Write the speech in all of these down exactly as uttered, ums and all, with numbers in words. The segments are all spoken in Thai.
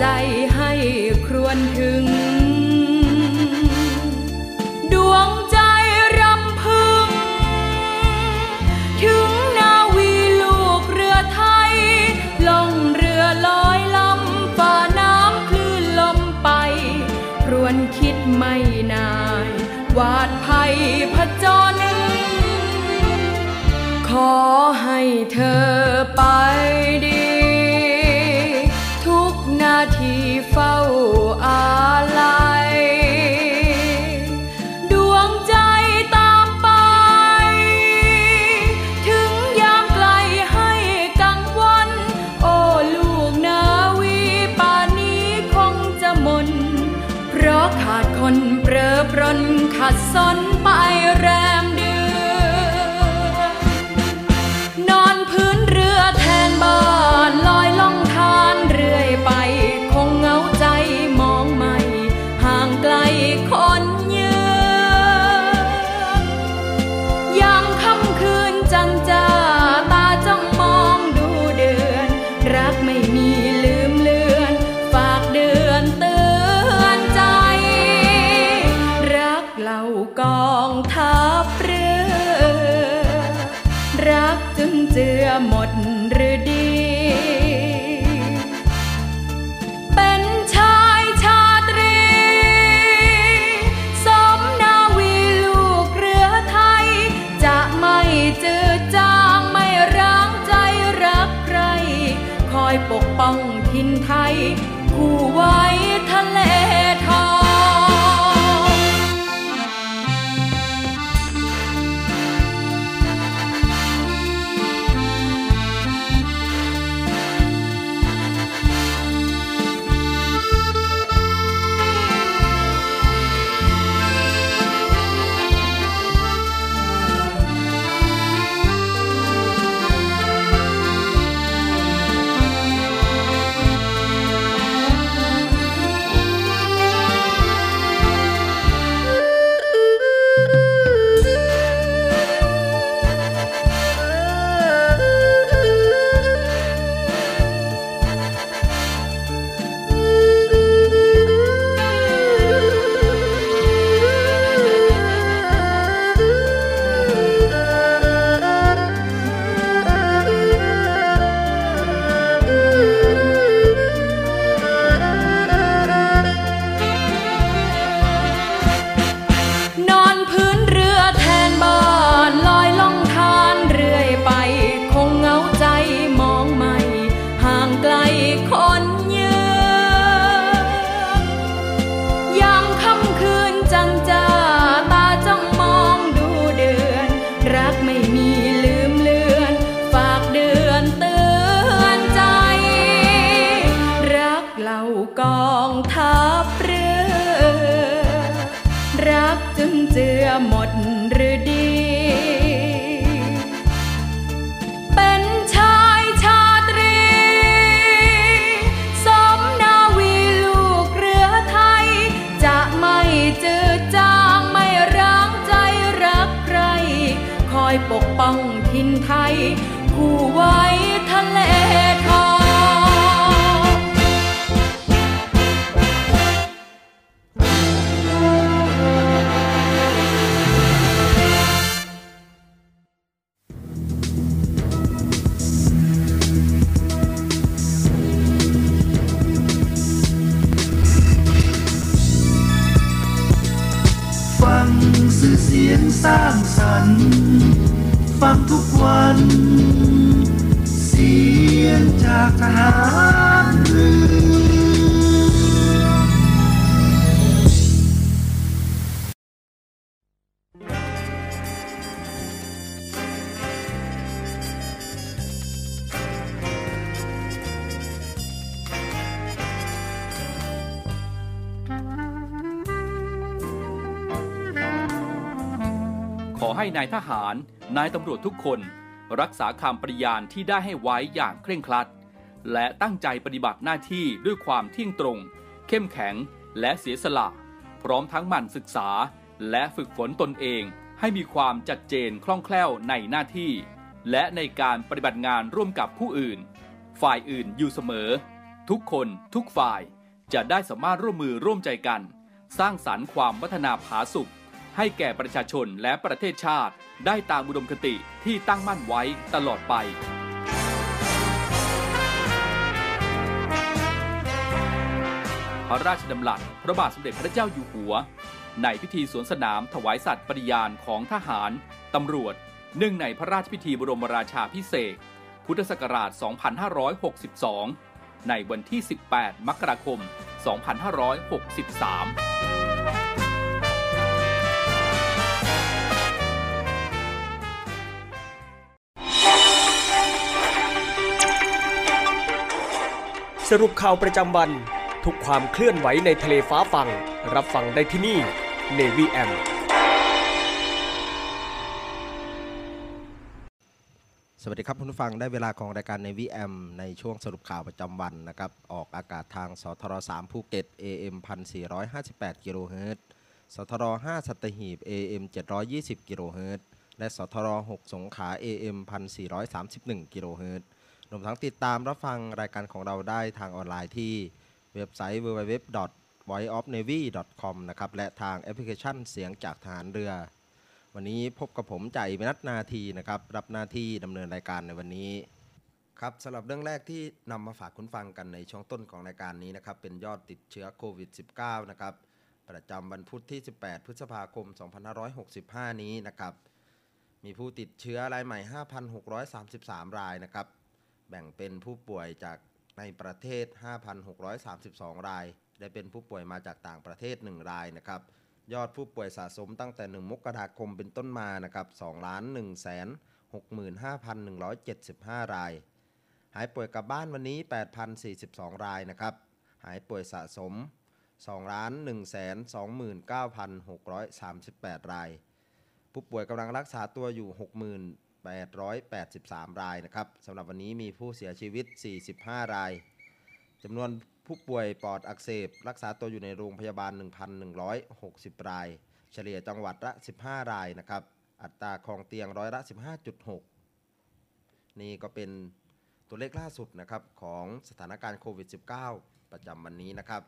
ใจให้ครวญถึงดวงใจรำพึงถึงนาวีลูกเรือไทยล่องเรือลอยลำฝ่าน้ำคลื่นลมไปครวญคิดไม่นานวาดภัยผจญขอให้เธอไปดีทุกนาทีเฝ้าอาลัยดวงใจตามไปถึงยามไกลให้กังวลโอ้ลูกนาวีป่านนี้คงจะหมดเพราะขาดคนเปรอปรนขัดสนไปแรมเดือนนอนพื้นเรือแทนบ้านลอยล่องทานเรื่อยไปคงเหงาใจมองไม่ห่างไกลคนเยือนยามค่ำคืนจันจ้าตาจ้องมองดูเดือนรักไม่มีลืมเลือนฝากเดือนเตือนใจรักเหล่ากองทัพเรือรักจนเจือหมดหรือดีเป็นชายชาตรีสมนาวีลูกเรือไทยจะไม่จืดจางไม่ร้างใจรักใครคอยปกป้องถิ่นไทยคู่ไว้ทะเลทองกองทัพเรือรักจนเจือหมดหรือดีเป็นชายชาตรีสมนาวีลูกเรือไทยจะไม่จืดจางไม่ร้างใจรักใครคอยปกป้องถิ่นไทยคู่ไว้ทะเลทองสื่อเสียงสร้างสรรค์ฟังทุกวันเสียงจากทหารเรือขอให้นายทหารนายตำรวจทุกคนรักษาคำปฏิญาณที่ได้ให้ไว้อย่างเคร่งครัดและตั้งใจปฏิบัติหน้าที่ด้วยความเที่ยงตรงเข้มแข็งและเสียสละพร้อมทั้งหมั่นศึกษาและฝึกฝนตนเองให้มีความจัดเจนคล่องแคล่วในหน้าที่และในการปฏิบัติงานร่วมกับผู้อื่นฝ่ายอื่นอยู่เสมอทุกคนทุกฝ่ายจะได้สามารถร่วมมือร่วมใจกันสร้างสรรค์ความพัฒนาผาสุกให้แก่ประชาชนและประเทศชาติได้ตามอุดมคติที่ตั้งมั่นไว้ตลอดไปพระราชดำรัสพระบาทสมเด็จพระเจ้าอยู่หัวในพิธีสวนสนามถวายสัตย์ปฏิญาณของทหารตำรวจเนื่องในพระราชพิธีบรมราชาภิเษกพุทธศักราช สองพันห้าร้อยหกสิบสอง ในวันที่ สิบแปด มกราคม สองพันห้าร้อยหกสิบสามสรุปข่าวประจำวันทุกความเคลื่อนไหวในทะเลฟ้าฟังรับฟังได้ที่นี่ Navy เอ เอ็มสวัสดีครับคุณผู้ฟังได้เวลาของรายการ Navy เอ เอ็ม ในช่วงสรุปข่าวประจำวันนะครับออกอากาศทางสทรสามภูเก็ต เอ เอ็ม หนึ่งพันสี่ร้อยห้าสิบแปด กิโลเฮิรตซ์สทรห้าสัตหีบ เอ เอ็ม เจ็ดร้อยยี่สิบ กิโลเฮิรตซ์และสทรหกสงขลา เอ เอ็ม หนึ่งพันสี่ร้อยสามสิบเอ็ด กิโลเฮิรตซ์รวมทั้งติดตามรับฟังรายการของเราได้ทางออนไลน์ที่เว็บไซต์ ดับเบิลยู ดับเบิลยู ดับเบิลยู ดอท วอยซ์ ออฟ เนวี่ ดอท คอม นะครับและทางแอปพลิเคชันเสียงจากทหารเรือวันนี้พบกับผมจ่ายมนัสนาทีนะครับรับหน้าที่ดำเนินรายการในวันนี้ครับสำหรับเรื่องแรกที่นำมาฝากคุณฟังกันในช่วงต้นของรายการนี้นะครับเป็นยอดติดเชื้อโควิด สิบเก้า นะครับประจำวันพุธที่สิบแปดพฤษภาคมสองพันห้าร้อยหกสิบห้านี้นะครับมีผู้ติดเชื้อรายใหม่ ห้าพันหกร้อยสามสิบสาม รายนะครับแบ่งเป็นผู้ป่วยจากในประเทศ ห้าพันหกร้อยสามสิบสอง รายได้เป็นผู้ป่วยมาจากต่างประเทศหนึ่งรายนะครับยอดผู้ป่วยสะสมตั้งแต่หนึ่งมกราคมเป็นต้นมานะครับ สองล้านหนึ่งแสนหกหมื่นห้าพันหนึ่งร้อยเจ็ดสิบห้า รายหายป่วยกลับบ้านวันนี้ แปดพันสี่สิบสอง รายนะครับหายป่วยสะสม สองล้านหนึ่งแสนสองหมื่นเก้าพันหกร้อยสามสิบแปด รายผู้ป่วยกำลังรักษาตัวอยู่ หกหมื่นแปดร้อยแปดสิบสาม รายนะครับสำหรับวันนี้มีผู้เสียชีวิตสี่สิบห้ารายจำนวนผู้ป่วยปอดอักเสบรักษาตัวอยู่ในโรงพยาบาล หนึ่งพันหนึ่งร้อยหกสิบ รายเฉลี่ยจังหวัดละสิบห้ารายนะครับอัตราครองเตียงร้อยละ สิบห้าจุดหก นี่ก็เป็นตัวเลขล่าสุดนะครับของสถานการณ์โควิด สิบเก้า ประจำวันนี้นะครับ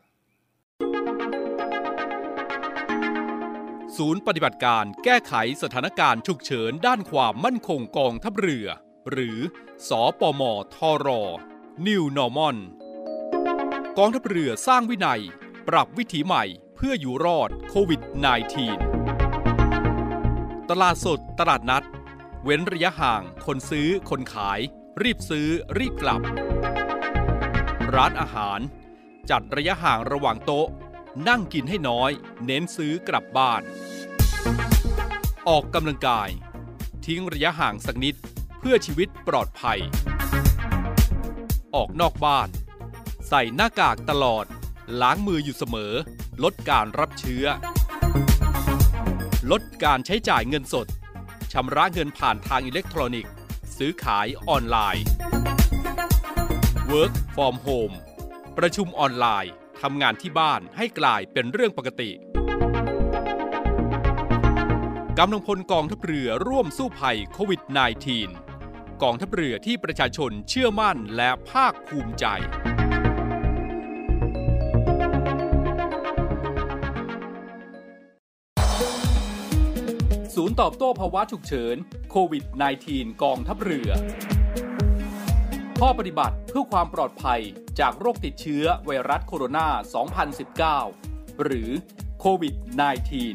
ศูนย์ปฏิบัติการแก้ไขสถานการณ์ฉุกเฉินด้านความมั่นคงกองทัพเรือหรือสปมทร New Normal กองทัพเรือสร้างวินัยปรับวิถีใหม่เพื่ออยู่รอดโควิด สิบเก้า ตลาดสดตลาดนัดเว้นระยะห่างคนซื้อคนขายรีบซื้อรีบกลับร้านอาหารจัดระยะห่างระหว่างโต๊ะนั่งกินให้น้อยเน้นซื้อกลับบ้านออกกำลังกายทิ้งระยะห่างสักนิดเพื่อชีวิตปลอดภัยออกนอกบ้านใส่หน้ากากตลอดล้างมืออยู่เสมอลดการรับเชื้อลดการใช้จ่ายเงินสดชำระเงินผ่านทางอิเล็กทรอนิกส์ซื้อขายออนไลน์ Work from home ประชุมออนไลน์ทำงานที่บ้านให้กลายเป็นเรื่องปกติกำลังพลกองทัพเรือร่วมสู้ภัยโควิด สิบเก้า กองทัพเรือที่ประชาชนเชื่อมั่นและภาคภูมิใจศูนย์ตอบโต้ภาวะฉุกเฉินโควิด สิบเก้า กองทัพเรือข้อปฏิบัติเพื่อความปลอดภัยจากโรคติดเชื้อไวรัสโคโรนา สองพันสิบเก้า หรือโควิด สิบเก้า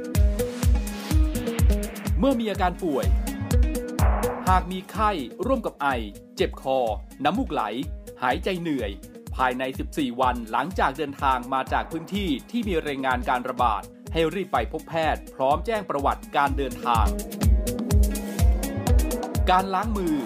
เมื่อมีอาการป่วยหากมีไข้ร่วมกับไอเจ็บคอน้ำมูกไหลหายใจเหนื่อยภายในสิบสี่วันหลังจากเดินทางมาจากพื้นที่ที่มีรายงานการระบาดให้รีบไปพบแพทย์พร้อมแจ้งประวัติการเดินทางการล้างมือ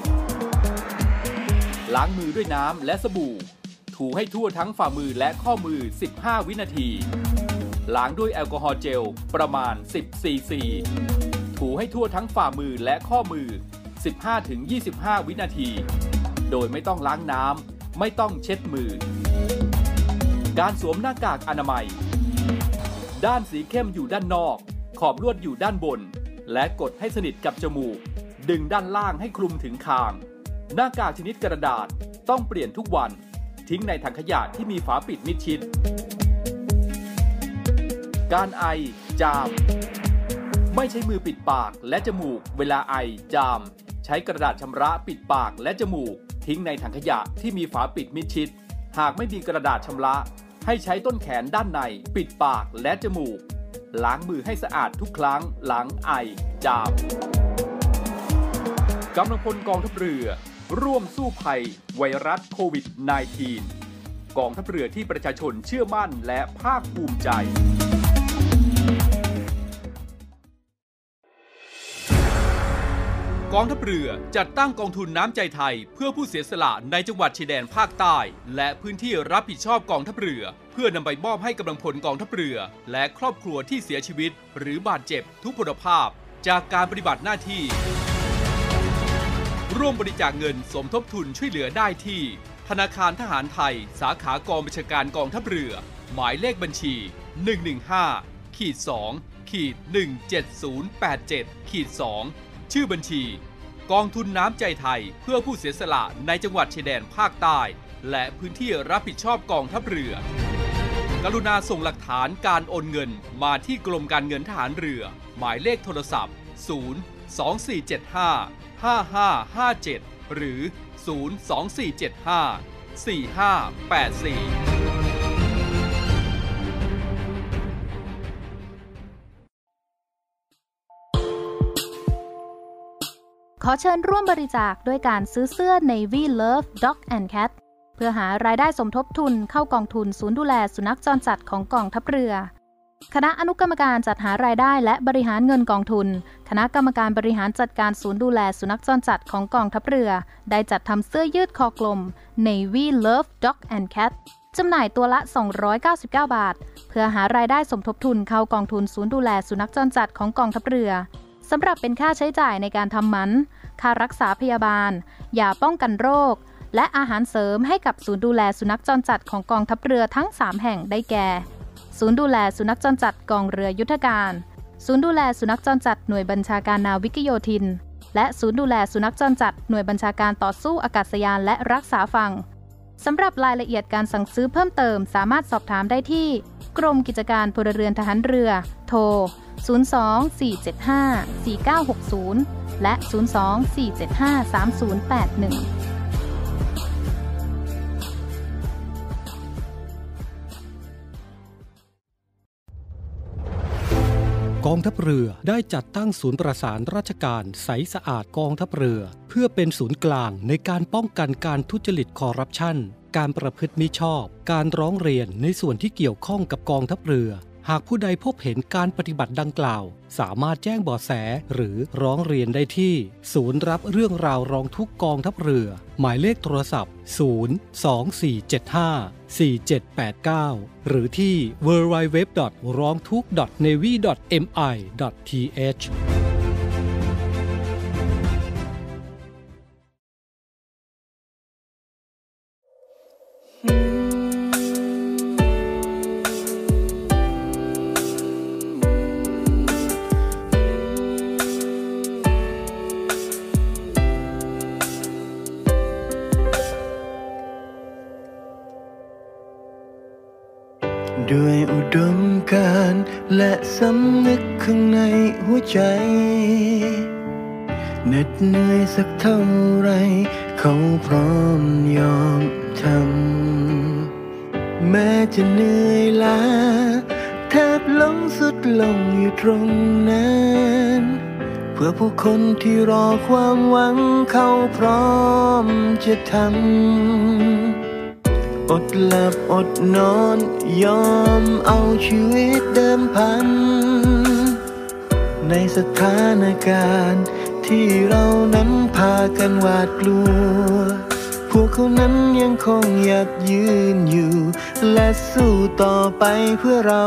ล้างมือด้วยน้ำและสบู่ถูให้ทั่วทั้งฝ่ามือและข้อมือสิบห้าวินาทีล้างด้วยแอลกอฮอล์เจลประมาณสิบซีซีถูให้ทั่วทั้งฝ่ามือและข้อมือ สิบห้าถึงยี่สิบห้า วินาทีโดยไม่ต้องล้างน้ำไม่ต้องเช็ดมือการสวมหน้ากากอนามัยด้านสีเข้มอยู่ด้านนอกขอบลวดอยู่ด้านบนและกดให้สนิทกับจมูกดึงด้านล่างให้คลุมถึงคางหน้ากากชนิดกระดาษต้องเปลี่ยนทุกวันทิ้งในถังขยะที่มีฝาปิดมิดชิดการไอจามไม่ใช้มือปิดปากและจมูกเวลาไอจามใช้กระดาษชำระปิดปากและจมูกทิ้งในถังขยะที่มีฝาปิดมิดชิดหากไม่มีกระดาษชำระให้ใช้ต้นแขนด้านในปิดปากและจมูกล้างมือให้สะอาดทุกครั้งหลังไอจามกำลังพลกองทัพเรือร่วมสู้ภัยไวรัสโควิด สิบเก้า กองทัพเรือที่ประชาชนเชื่อมั่นและภาคภูมิใจกองทัพเรือจัดตั้งกองทุนน้ำใจไทยเพื่อผู้เสียสละในจังหวัดชายแดนภาคใต้และพื้นที่รับผิดชอบกองทัพเรือเพื่อนำไปมอบให้กำลังพลกองทัพเรือและครอบครัวที่เสียชีวิตหรือบาดเจ็บทุพพลภาพจากการปฏิบัติหน้าที่ร่วมบริจาคเงินสมทบทุนช่วยเหลือได้ที่ธนาคารทหารไทยสาขากองบัญชาการกองทัพเรือหมายเลขบัญชี หนึ่ง หนึ่ง ห้า สอง หนึ่ง เจ็ด ศูนย์ แปด เจ็ด สอง ชื่อบัญชีกองทุนน้ำใจไทยเพื่อผู้เสียสละในจังหวัดชายแดนภาคใต้และพื้นที่รับผิดชอบกองทัพเรือกรุณาส่งหลักฐานการโอนเงินมาที่กรมการเงินทหารเรือหมายเลขโทรศัพท์ ศูนย์ สอง สี่ เจ็ด ห้า ห้า ห้า ห้า เจ็ด หรือ ศูนย์ สอง สี่ เจ็ด ห้า สี่ ห้า แปด สี่ขอเชิญร่วมบริจาคด้วยการซื้อเสื้อ Navy Love Dog and Cat เพื่อหารายได้สมทบทุนเข้ากองทุนศูนย์ดูแลสุนัขจรจัดของกองทัพเรือคณะอนุกรรมการจัดหารายได้และบริหารเงินกองทุนคณะกรรมการบริหารจัดการศูนย์ดูแลสุนัขจรจัดของกองทัพเรือได้จัดทำเสื้อยืดคอกลม Navy Love Dog and Cat จำหน่ายตัวละสองร้อยเก้าสิบเก้าบาทเพื่อหารายได้สมทบทุนเข้ากองทุนศูนย์ดูแลสุนัขจรจัดของกองทัพเรือสำหรับเป็นค่าใช้จ่ายในการทำหมันค่ารักษาพยาบาลยาป้องกันโรคและอาหารเสริมให้กับศูนย์ดูแลสุนัขจรจัดของกองทัพเรือทั้งสามแห่งได้แก่ศูนย์ดูแลสุนัขจรจัดกองเรือยุทธการศูนย์ดูแลสุนัขจรจัดหน่วยบัญชาการนาวิกโยธินและศูนย์ดูแลสุนัขจรจัดหน่วยบัญชาการต่อสู้อากาศยานและรักษาฝั่งสำหรับรายละเอียดการสั่งซื้อเพิ่มเติมสามารถสอบถามได้ที่กรมกิจการพลเรือนทหารเรือโทรศูนย์ สอง สี่ เจ็ด ห้า สี่ เก้า หก ศูนย์และ ศูนย์ สอง สี่ เจ็ด ห้า สาม ศูนย์ แปด หนึ่งกองทัพเรือได้จัดตั้งศูนย์ประสานราชการใสสะอาดกองทัพเรือเพื่อเป็นศูนย์กลางในการป้องกันการทุจริตคอร์รัปชันการประพฤติมิชอบการร้องเรียนในส่วนที่เกี่ยวข้องกับกองทัพเรือหากผู้ใดพบเห็นการปฏิบัติดังกล่าวสามารถแจ้งเบาะแสหรือร้องเรียนได้ที่ศูนย์รับเรื่องราวร้องทุกข์กองทัพเรือหมายเลขโทรศัพท์ ศูนย์ สอง สี่ เจ็ด ห้า สี่ เจ็ด แปด เก้า หรือที่ ดับเบิลยู ดับเบิลยู ดับเบิลยู ดอท ร้องทุกข์ ดอท เนวี ดอท เอ็ม ไอ ดอท ที เอชด้วยอุดมการณ์และสำนึกข้างในหัวใจเหน็ดเหนื่อยสักเท่าไรเขาพร้อมยอมทำแม้จะเหนื่อยล้าแทบล้มสุดลงอยู่ตรงนั้นเพื่อผู้คนที่รอความหวังเขาพร้อมจะทำอดหลับอดนอนยอมเอาชีวิตเดิมพันในสถานการณ์ที่เรานั้นพากันหวาดกลัวพวกเขานั้นยังคงอยากยืนอยู่และสู้ต่อไปเพื่อเรา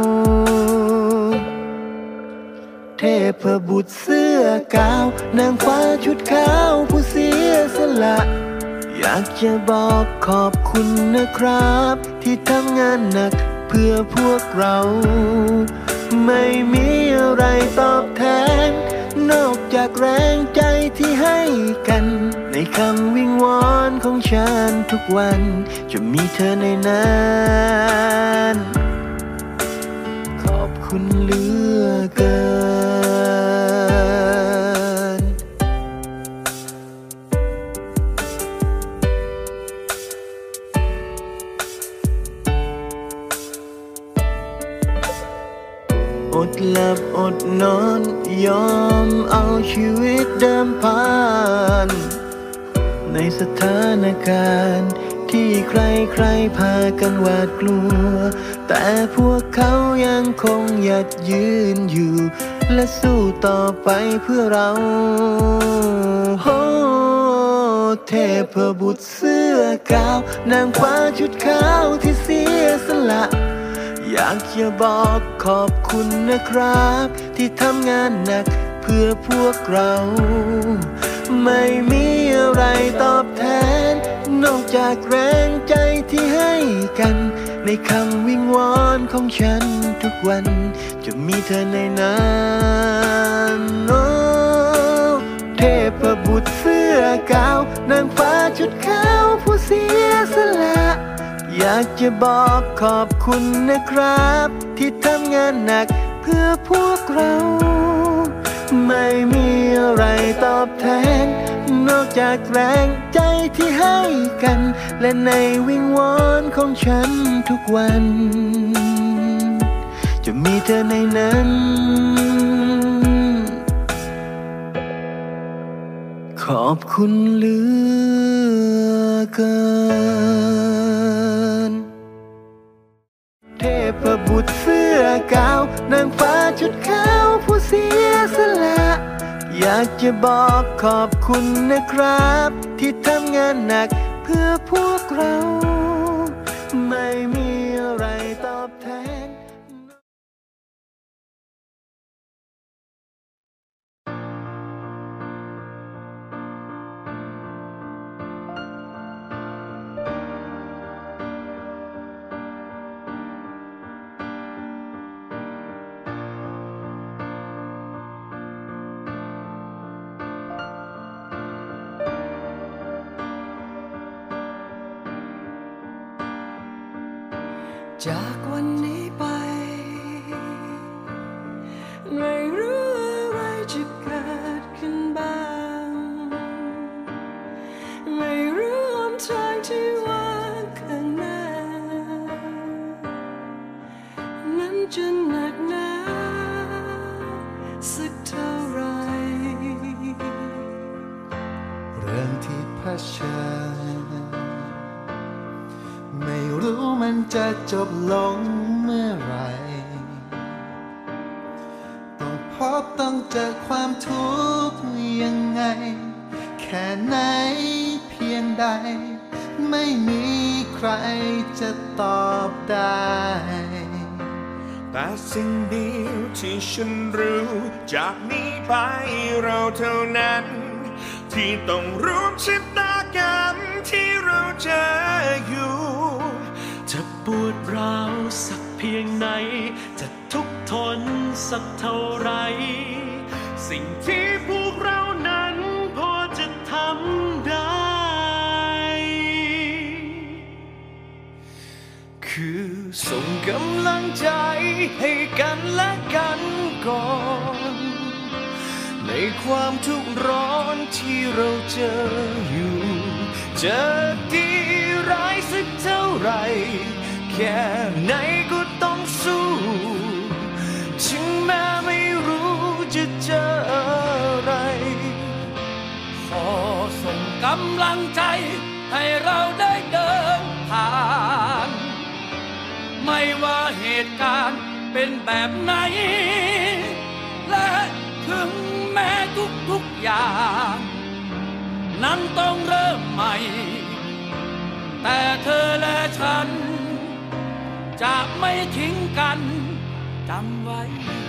เทพบุตรเสื้อกาวนางฟ้าชุดขาวผู้เสียสละอยากจะบอกขอบคุณนะครับที่ทำงานหนักเพื่อพวกเราไม่มีอะไรตอบแทนนอกจากแรงใจที่ให้กันในคำวิงวอนของฉันทุกวันจะมีเธอในนั้นขอบคุณเหลือเกินอดหลับอดนอนยอมเอาชีวิตเดิมผ่านในสถานการณ์ที่ใครๆพากันหวาดกลัวแต่พวกเขายังคงหยัดยืนอยู่และสู้ต่อไปเพื่อเราโอ้เทพบุตรเสื้อกาวนางฟ้าชุดขาวที่เสียสละอยากจะบอกขอบคุณนะครับที่ทำงานหนักเพื่อพวกเราไม่มีอะไรตอบแทนนอกจากแรงใจที่ให้กันในคำวิงวอนของฉันทุกวันจะมีเธอในนั้นโอ้เทพบุตรเสื้อกาวนางฟ้าชุดขาวผู้เสียสละอยากจะบอกขอบคุณนะครับที่ทำงานหนักเพื่อพวกเราไม่มีอะไรตอบแทนนอกจากแรงใจที่ให้กันและในวิงวอนของฉันทุกวันจะมีเธอในนั้นขอบคุณเหลือเกินเทพบุตรเสื้อกาวนางฟ้าชุดขาวผู้เสียสละอยากจะบอกขอบคุณนะครับที่ทำงานหนักเพื่อพวกเราไม่มีอะไรตอบแทนจากวันนี้ไปไม่รู้อะไรจะเกิดขึ้นบ้างไม่รู้หนทางที่ว่างข้างหน้านั้นจะหนักหนาสักเท่าไรเรื่องที่เผชิญไม่รู้มันจะจบลงเมื่อไหร่ต้องพบต้องเจอความทุกข์ยังไงแค่ไหนเพียงใดไม่มีใครจะตอบได้แต่สิ่งเดียวที่ฉันรู้จากนี้ไปเราเท่านั้นที่ต้องร่วมชะตากรรมที่เราเจออยู่จะปวดร้าวสักเพียงไหนจะทุกข์ทนสักเท่าไรสิ่งที่พวกเรานั้นพอจะทำได้คือส่งกำลังใจให้กันและกันก่อนในความทุกข์ร้อนที่เราเจออยู่จะดีร้ายสักเท่าไรแค่ไหนก็ต้องสู้ถึงแม้ไม่รู้จะเจออะไรขอส่งกำลังใจให้เราได้เดินผ่านไม่ว่าเหตุการณ์เป็นแบบไหนและถึงแม้ทุกๆอย่างนั้นต้องเริ่มใหม่แต่เธอและฉันจะไม่ทิ้งกันจำไว้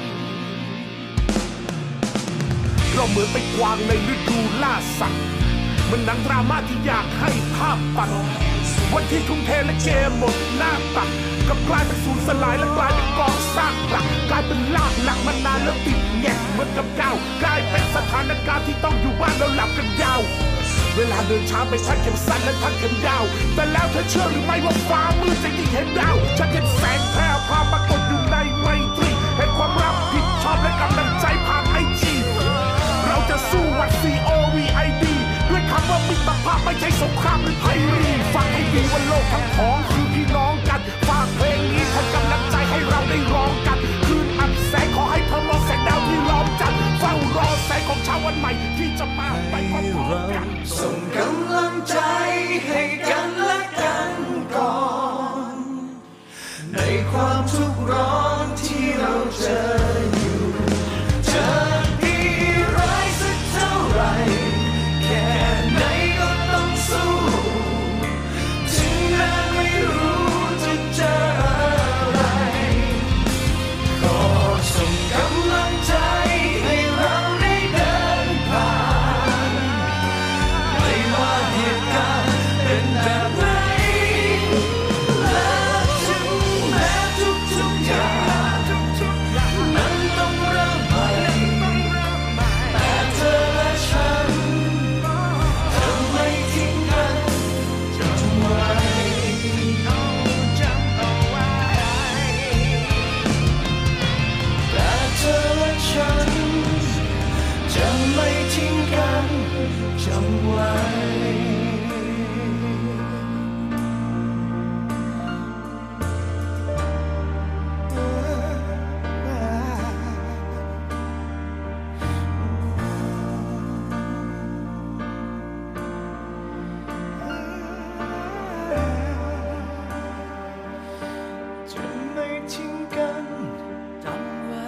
เราเหมือนไปกวางในฤดูล่าสัตว์มันหนังดราม่าที่อยากให้ภาพปัดวันที่ทุ่มเทและเกมหมดหน้าตักกับกลายเป็นสูญสลายและกลายเป็นกองซากปรักกลายเป็นลากหลักมานานแล้วติดแงกเหมือนกับเก่ากลายเป็นสถานการณ์ที่ต้องอยู่บ้านแล้วหลับกันยาวเวลาเดินช้าไปชักเข็มสั้นและทักเข็มยาวแต่แล้วเธอเชื่อหรือไม่ว่าฟ้ามืดจะยิ่งเห็นดาวฉันเห็นแสงแพร่พาปรากฏอยู่ในไมตรีเห็นความรับผิดชอบและกำลังใจผ่านไอจีเราจะสู้วัด ซี โอ วี ไอ ดี ด้วยคำว่ามิตรภาพไม่ใช่สงครามหรือไพรีฟังให้ดีว่าโลกทั้งของคือพี่น้องกันฝากเพลงนี้ทำกำลังใจให้เราได้ร้องกันคืนอับแสงขอให้เธอมองแสงดาวที่ล้อมจันทร์เฝ้ารอแสงของเช้าวันใหม่ที่จะมาไปพร้อมๆกันส่งกำลังใจให้กันและกันก่อนในความทุกข์ร้อนที่เราเจออยู่เจอดีร้ายสักเท่าไหร่แค่ไหนก็ต้องสู้ถึงแม้ไม่รู้จะเจออะไรก็ส่งกำลังใจให้เราได้เดินผ่านไม่ว่าเหตุการณ์เป็นแบบไหนและถึงแม้ทุกๆอย่างนั้นต้องเริ่มใหม่แต่เธอและฉันจะไม่ทิ้งกันจำไว้จำเอาไว้แต่เธอและฉันจะไม่ทิ้งกันจำไว้จะไม่ทิ้งกันจำไว้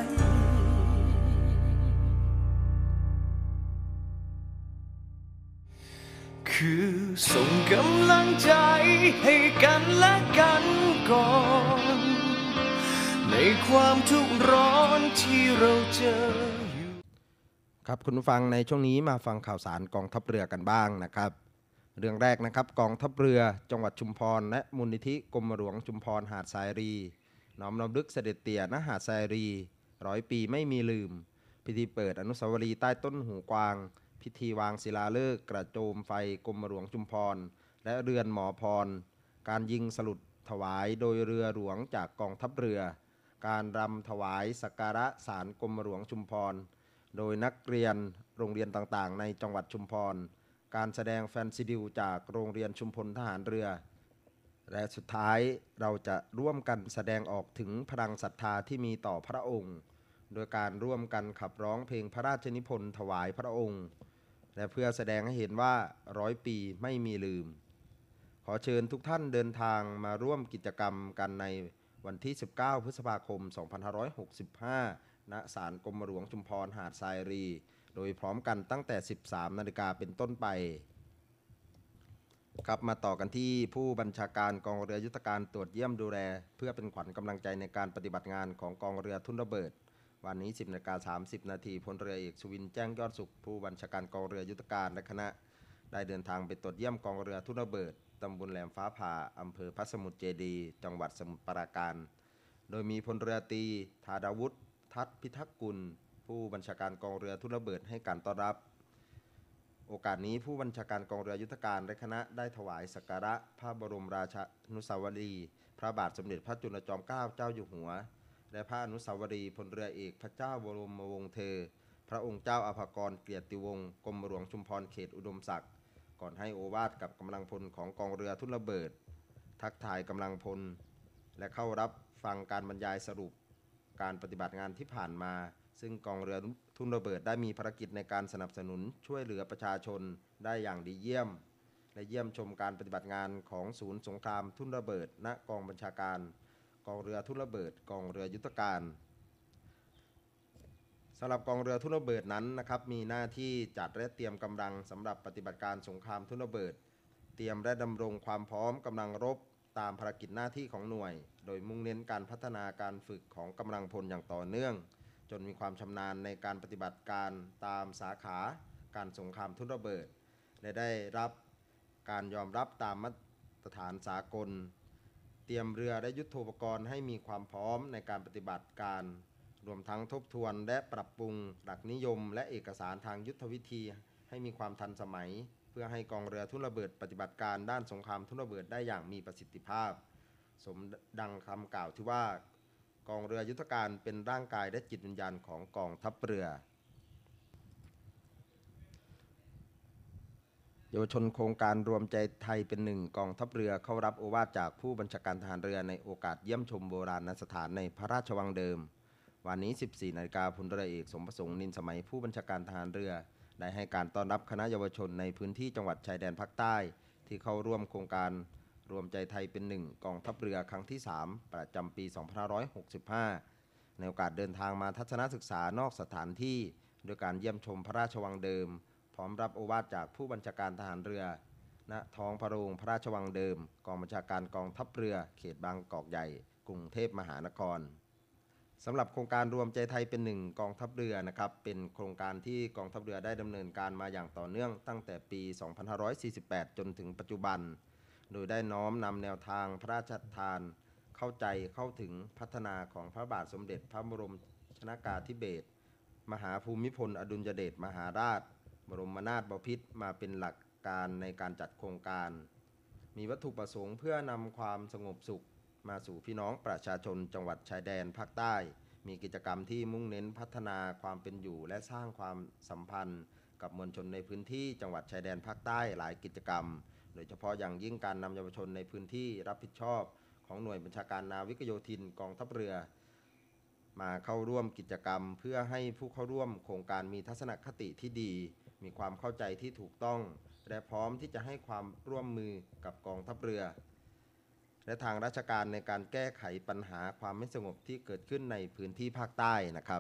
คือส่งกำลังใจให้กันและกันก่อนในความทุกข์ร้อนที่เราเจออยู่ครับคุณผู้ฟังในช่วงนี้มาฟังข่าวสารกองทัพเรือกันบ้างนะครับเรื่องแรกนะครับกองทัพเรือจังหวัดชุมพรและมูลนิธิกรมหลวงชุมพรหาดทรายรีน้อมรำลึกเสด็จเตี่ยณหาดทรายรีร้อยปีไม่มีลืมพิธีเปิดอนุสาวรีย์ใต้ต้นหูกวางพิธีวางศิลาฤกษ์กระโจมไฟกรมหลวงชุมพรและเรือนหมอพรการยิงสลุดถวายโดยเรือหลวงจากกองทัพเรือการรำถวายสักการะศาลกรมหลวงชุมพรโดยนักเรียนโรงเรียนต่างๆในจังหวัดชุมพรการแสดงแฟนซิดิวจากโรงเรียนชุมพลทหารเรือและสุดท้ายเราจะร่วมกันแสดงออกถึงพลังศรัทธาที่มีต่อพระองค์โดยการร่วมกันขับร้องเพลงพระราชนิพนธ์ถวายพระองค์และเพื่อแสดงให้เห็นว่าร้อยปีไม่มีลืมขอเชิญทุกท่านเดินทางมาร่วมกิจกรรมกันในวันที่สิบเก้าพฤษภาคมสองพันห้าร้อยหกสิบห้าณศาลกรมหลวงชุมพรหาดทรายรีโดยพร้อมกันตั้งแต่ สิบสามนาฬิกาเป็นต้นไปครับมาต่อกันที่ผู้บัญชาการกองเรือยุทธการตรวจเยี่ยมดูแลเพื่อเป็นขวัญกำลังใจในการปฏิบัติงานของกองเรือทุ่นระเบิดวันนี้ สิบนาฬิกาสามสิบนาทีพลเรือเอกสุวินทร์แจ้งยอดสุขผู้บัญชาการกองเรือยุทธการและคณะได้เดินทางไปตรวจเยี่ยมกองเรือทุ่นระเบิดตำบลแหลมฟ้าผ่าอำเภอพระสมุทรเจดีย์จังหวัดสมุทรปราการโดยมีพลเรือตรีธาดาวุฒิทัศน์พิทักษ์กุลผู้บัญชาการกองเรือทุ่นระเบิดให้การต้อนรับโอกาสนี้ผู้บัญชาการกองเรือยุทธการและคณะได้ถวายสักการะพระบรมราชานุสาวรีย์พระบาทสมเด็จพระจุลจอมเกล้าเจ้าอยู่หัวและพระอนุสาวรีย์พลเรือเอกพระเจ้าบรมวงศ์เธอพระองค์เจ้าอภากรเกียรติวงศ์กรมหลวงชุมพรเขตอุดมศักดิ์ก่อนให้โอวาทกับกำลังพลของกองเรือทุ่นระเบิดทักทายกำลังพลและเข้ารับฟังการบรรยายสรุปการปฏิบัติงานที่ผ่านมาซึ่งกองเรือทุ่นระเบิดได้มีภารกิจในการสนับสนุนช่วยเหลือประชาชนได้อย่างดีเยี่ยมและเยี่ยมชมการปฏิบัติงานของศูนย์สงครามทุ่นระเบิดณกองบัญชาการกองเรือทุ่นระเบิดกองเรือยุทธการสำหรับกองเรือทุ่นระเบิดนั้นนะครับมีหน้าที่จัดและเตรียมกำลังสำหรับปฏิบัติการสงครามทุ่นระเบิดเตรียมและดำรงความพร้อมกำลังรบตามภารกิจหน้าที่ของหน่วยโดยมุ่งเน้นการพัฒนาการฝึกของกำลังพลอย่างต่อเนื่องจนมีความชำนาญในการปฏิบัติการตามสาขาการสงครามทุ่นระเบิดและได้รับการยอมรับตามมาตรฐานสากลเตรียมเรือและยุทโธปกรณ์ให้มีความพร้อมในการปฏิบัติการรวมทั้งทบทวนและปรับปรุงหลักนิยมและเอกสารทางยุทธวิธีให้มีความทันสมัยเพื่อให้กองเรือทุ่นระเบิดปฏิบัติการด้านสงครามทุ่นระเบิดได้อย่างมีประสิทธิภาพสมดังคำกล่าวที่ว่ากองเรือยุทธการเป็นร่างกายและจิตวิญญาณของกองทัพเรือเยาวชนโครงการรวมใจไทยเป็นหนึ่งกองทัพเรือเข้ารับโอวาทจากผู้บัญชาการทหารเรือในโอกาสเยี่ยมชมโบราณสถานในพระราชวังเดิมวันนี้ สิบสี่ นาฬิกาพลเรือเอกสมประสงค์นินสมัยผู้บัญชาการทหารเรือได้ให้การต้อนรับคณะเยาวชนในพื้นที่จังหวัดชายแดนภาคใต้ที่เข้าร่วมโครงการรวมใจไทยเป็นหนึ่งกองทัพเรือครั้งที่สามประจำปีสองพันห้าร้อยหกสิบห้าในโอกาสเดินทางมาทัศนศึกษานอกสถานที่โดยการเยี่ยมชมพระราชวังเดิมพร้อมรับโอวาทจากผู้บัญชาการทหารเรือณท้องพระโรงพระราชวังเดิมกองบัญชาการกองทัพเรือเขตบางกอกใหญ่กรุงเทพมหานครสำหรับโครงการรวมใจไทยเป็นหนึ่งกองทัพเรือนะครับเป็นโครงการที่กองทัพเรือได้ดำเนินการมาอย่างต่อเนื่องตั้งแต่ปีสองพันห้าร้อยสี่สิบแปดจนถึงปัจจุบันโดยได้น้อมนำแนวทางพระราชทานเข้าใจเข้าถึงพัฒนาของพระบาทสมเด็จพระบรมชนกาธิเบศรมหาภูมิพลอดุลยเดชมหาราชบรมนาถบพิตรมาเป็นหลักการในการจัดโครงการมีวัตถุประสงค์เพื่อนำความสงบสุขมาสู่พี่น้องประชาชนจังหวัดชายแดนภาคใต้มีกิจกรรมที่มุ่งเน้นพัฒนาความเป็นอยู่และสร้างความสัมพันธ์กับมวลชนในพื้นที่จังหวัดชายแดนภาคใต้หลายกิจกรรมโดยเฉพาะอย่างยิ่งการนำเยาวชนในพื้นที่รับผิดชอบของหน่วยบัญชาการนาวิกโยธินกองทัพเรือมาเข้าร่วมกิจกรรมเพื่อให้ผู้เข้าร่วมโครงการมีทัศนคติที่ดีมีความเข้าใจที่ถูกต้องและพร้อมที่จะให้ความร่วมมือกับกองทัพเรือและทางราชการในการแก้ไขปัญหาความไม่สงบที่เกิดขึ้นในพื้นที่ภาคใต้นะครับ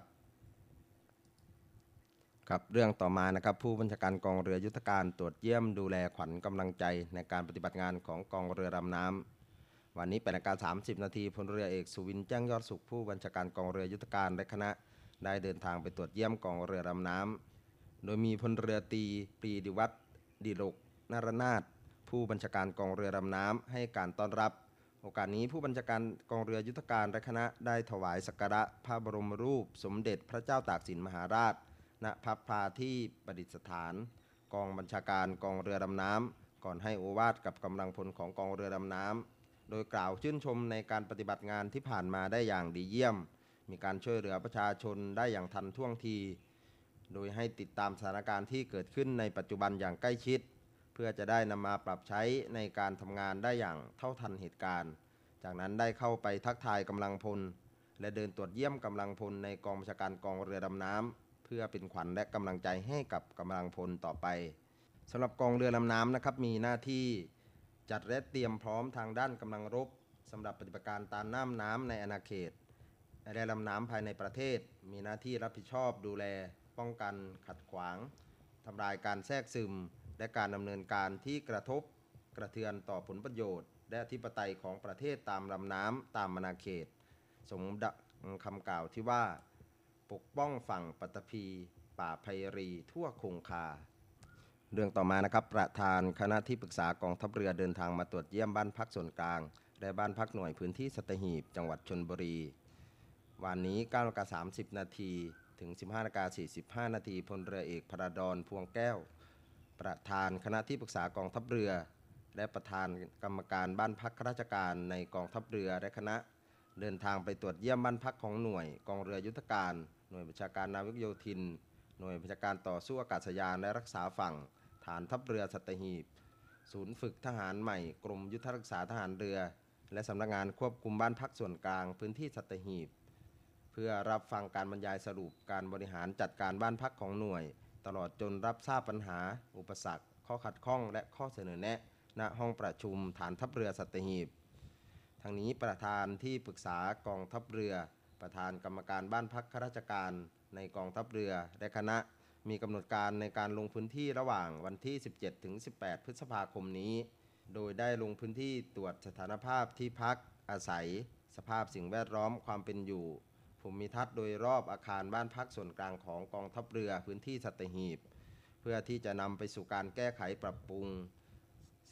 ครับเรื่องต่อมานะครับผู้บัญชาการกองเรือยุทธการตรวจเยี่ยมดูแลขวัญกำลังใจในการปฏิบัติงานของกองเรือดำน้ำวันนี้แปดนาฬิกาสามสิบนาทีพลเรือเอกสุวินแจ้งยอดสุขผู้บัญชาการกองเรือยุทธการและคณะได้เดินทางไปตรวจเยี่ยมกองเรือดำน้ำโดยมีพลเรือตรีปรีดิวัฒน์ดิโรกนรนาถผู้บัญชาการกองเรือดำน้ำให้การต้อนรับโอกาสนี้ผู้บัญชาการกองเรือยุทธการและคณะได้ถวายสักการะพระบรมรูปสมเด็จพระเจ้าตากสินมหาราชณพระพลาที่ประดิษฐานกองบัญชาการกองเรือดำน้ำก่อนให้โอวาทกับกำลังพลของกองเรือดำน้ำโดยกล่าวชื่นชมในการปฏิบัติงานที่ผ่านมาได้อย่างดีเยี่ยมมีการช่วยเหลือประชาชนได้อย่างทันท่วงทีโดยให้ติดตามสถานการณ์ที่เกิดขึ้นในปัจจุบันอย่างใกล้ชิดเพื่อจะได้นำมาปรับใช้ในการทำงานได้อย่างเท่าทันเหตุการณ์จากนั้นได้เข้าไปทักทายกำลังพลและเดินตรวจเยี่ยมกำลังพลในกองบัญชาการกองเรือดำน้ำเพื่อเป็นขวัญและกำลังใจให้กับกำลังพลต่อไปสำหรับกองเรือดำน้ำนะครับมีหน้าที่จัดและเตรียมพร้อมทางด้านกำลังรบสำหรับปฏิบัติการตามน้ำน้ำในอาณาเขตและลำน้ำภายในประเทศมีหน้าที่รับผิดชอบดูแลป้องกันขัดขวางทำลายการแทรกซึมและการดำเนินการที่กระทบกระเทือนต่อผลประโยชน์และอธิปไตยของประเทศตามลำน้ำตามอาณาเขตสมดังคำกล่าวที่ว่าปกป้องฝั่งปัตตภีป่าไพรีทั่วคงคาเรื่องต่อมานะครับประธานคณะที่ปรึกษากองทัพเรือเดินทางมาตรวจเยี่ยมบ้านพักส่วนกลางและบ้านพักหน่วยพื้นที่สัตหีบจังหวัดชลบุรีวันนี้ เก้านาฬิกาสามสิบนาทีถึง สิบห้านาฬิกาสี่สิบห้านาทีพลเรือเอกพระดอนพวงแก้วประธานคณะที่ปรึกษากองทัพเรือและประธานกรรมการบ้านพักข้าราชการในกองทัพเรือและคณะเดินทางไปตรวจเยี่ยมบ้านพักของหน่วยกองเรือยุทธการหน่วยบัญชาการนาวิกโยธินหน่วยบัญชาการต่อสู้อากาศยานและรักษาฝั่งฐานทัพเรือสัตหีบศูนย์ฝึกทหารใหม่กรมยุทธรักษาทหารเรือและสำนักงานควบคุมบ้านพักส่วนกลางพื้นที่สัตหีบเพื่อรับฟังการบรรยายสรุปการบริหารจัดการบ้านพักของหน่วยตลอดจนรับทราบปัญหาอุปสรรคข้อขัดข้องและข้อเสนอแนะณห้องประชุมฐานทัพเรือสัตหีบทั้งนี้ประธานที่ปรึกษากองทัพเรือประธานกรรมการบ้านพักข้าราชการในกองทัพเรือและคณะมีกำหนดการในการลงพื้นที่ระหว่างวันที่สิบเจ็ดถึงสิบแปดพฤษภาคมนี้โดยได้ลงพื้นที่ตรวจสถานภาพที่พักอาศัยสภาพสิ่งแวดล้อมความเป็นอยู่ภูมิทัศน์โดยรอบอาคารบ้านพักส่วนกลางของกองทัพเรือพื้นที่สัตหีบเพื่อที่จะนำไปสู่การแก้ไขปรับปรุงส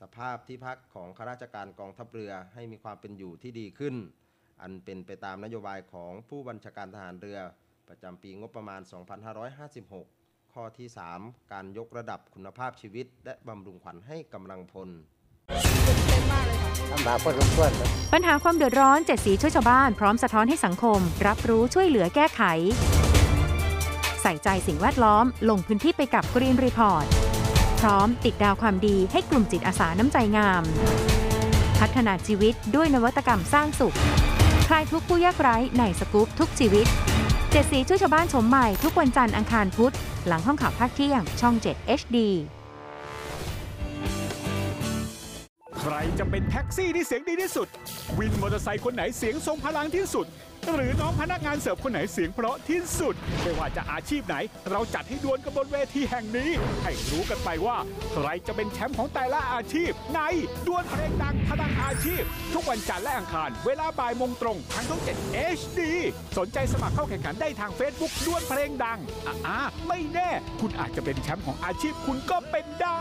สภาพที่พักของข้าราชการกองทัพเรือให้มีความเป็นอยู่ที่ดีขึ้นอันเป็นไปตามนโยบายของผู้บัญชาการทหารเรือประจำปีงบประมาณ สองพันห้าร้อยห้าสิบหก ข้อที่ สาม การยกระดับคุณภาพชีวิตและบำรุงขวัญให้กำลังพลปัญหาความเดือดร้อนเจ็ดสีช่วยชาวบ้านพร้อมสะท้อนให้สังคมรับรู้ช่วยเหลือแก้ไขใส่ใจสิ่งแวดล้อมลงพื้นที่ไปกับ Green Report พร้อมติดดาวความดีให้กลุ่มจิตอาสาน้ำใจงามพัฒนาชีวิตด้วยนวัตกรรมสร้างสุขคลายทุกผู้ยากไร้ในสกู๊ปทุกชีวิตเจ็ดสีช่วยชาวบ้านชมใหม่ทุกวันจันทร์อังคารพุธหลังห้องข่าวภาคเที่ยงช่องเจ็ด เอช ดีใครจะเป็นแท็กซี่ที่เสียงดีที่สุดวินมอเตอร์ไซค์คนไหนเสียงทรงพลังที่สุดหรือน้องพนักงานเสิร์ฟคนไหนเสียงเพราะที่สุดไม่ว่าจะอาชีพไหนเราจัดให้ดวลกันบนเวทีแห่งนี้ให้รู้กันไปว่าใครจะเป็นแชมป์ของแต่ละอาชีพในดวลเพลงดังพลังอาชีพทุกวันจันทร์และอังคารเวลาบ่ายโมงตรงทางช่องเจ็ด เอช ดี สนใจสมัครเข้าแข่งขันได้ทาง Facebook ดวลเพลงดังอ่าไม่แน่คุณอาจจะเป็นแชมป์ของอาชีพคุณก็เป็นได้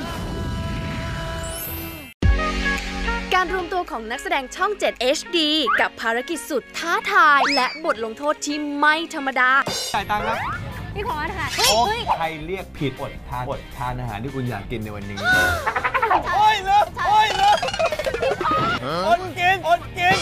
การรวมตัวของนักแสดงช่อง เจ็ด เอช ดี กับภารกิจสุดท้าทายและบทลงโทษที่ไม่ธรรมดาจ่ายตังค์ครับพี่พอค่ะโอ้ใครเรียกผิดอดทานอดทานอาหารที่คุณอยากกินในวันนี้โอ้ยเลิกโอ้ยเลิกอดกินอดกิน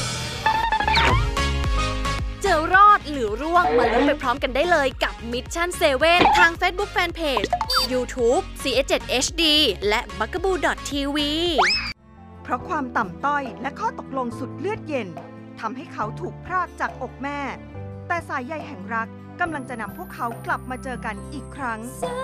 เจอรอดหรือร่วงมาลุ้นไปพร้อมกันได้เลยกับ Mission เซเว่น ทาง Facebook Fanpage YouTube ซี เอช เจ็ด เอช ดี และ บักกะบู ดอท ที วีเพราะความต่ำต้อยและข้อตกลงสุดเลือดเย็นทำให้เขาถูกพรากจากอกแม่แต่สายใยแห่งรักกำลังจะนำพวกเขากลับมาเจอกันอีกครั้ง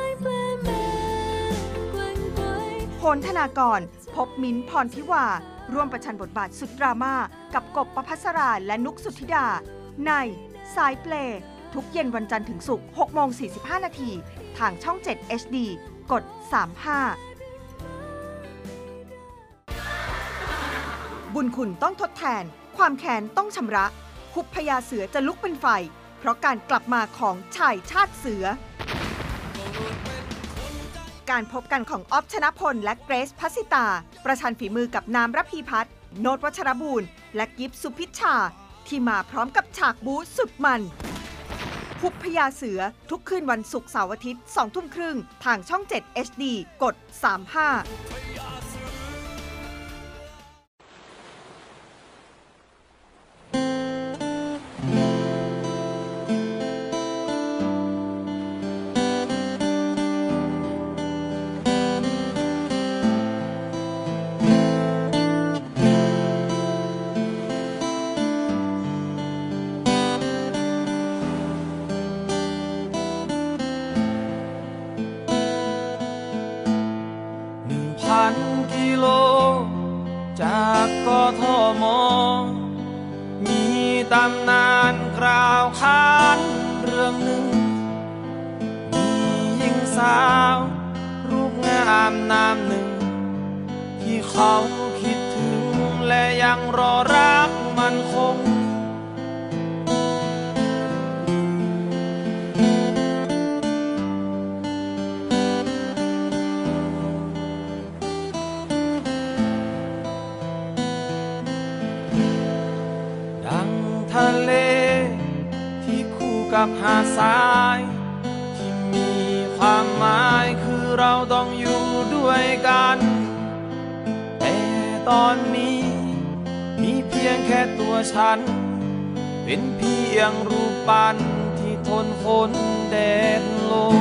โหนธนากรพบมิ้นท์พรทิวาร่วมประชันบทบาทสุดดราม่ากับกบประภัสราและนุกสุทธิดาในสายเพลย์ทุกเย็นวันจันทร์ถึงศุกร์ หกโมงสี่สิบห้า นาทีทางช่อง เจ็ด เอช ดี กด สามสิบห้าบุญคุณต้องทดแทนความแค้นต้องชำระคุบพญาเสือจะลุกเป็นไฟเพราะการกลับมาของชายชาติเสือการพบกันของอ๊อฟชนะพลและเกรซพัสสิตาประชันฝีมือกับน้ำระพีพัฒน์โนตวัชรบูรณ์และกิฟสุพิชชาที่มาพร้อมกับฉากบู๊สุดมันคุบพญาเสือทุกคืนวันศุกร์เสาร์อาทิตย์สองทุ่มครึ่งทางช่อง เจ็ด เอช ดี กด สามสิบห้าจากกทม.มีตำนานกล่าวขานเรื่องหนึ่งมีหญิงสาวรูปงามนามหนึ่งที่เขาคิดถึงและยังรอรักมันคงทะเลที่คู่กับหาดทรายที่มีความหมายคือเราต้องอยู่ด้วยกันแต่ตอนนี้มีเพียงแค่ตัวฉันเป็นเพียงรูปปั้นที่ทนฝนแดดลม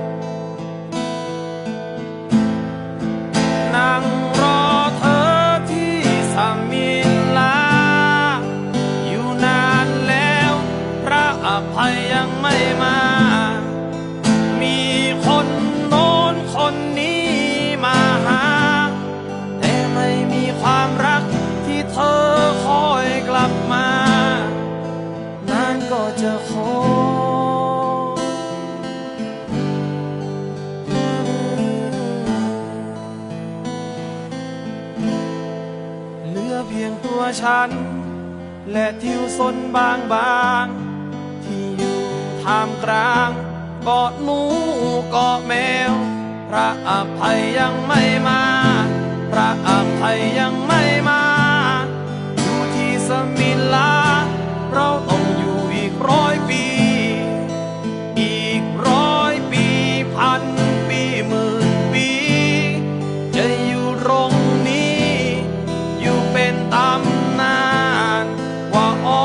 นั่งรอเธอที่สมิลาอภัยยังไม่มามีคนโน้นคนนี้มาหาแต่ไม่มีความรักที่เธอคอยกลับมานานก็จะขอเหลือเพียงตัวฉันและทิวสนบางบางท่ามกลางเกาะหนูเกาะแมวพระอภัยยังไม่มาพระอภัยยังไม่มาอยู่ที่สมิลาเราต้องอยู่อีกร้อยปีอีกร้อยปีพันปีหมื่นปีจะอยู่ตรงนี้อยู่เป็นตำนานว่าอ๋อ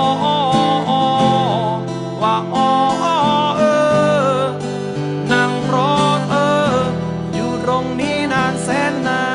ว่าอ๋อเออนั่งรอเธออยู่ตรงนี้นานแสนนาน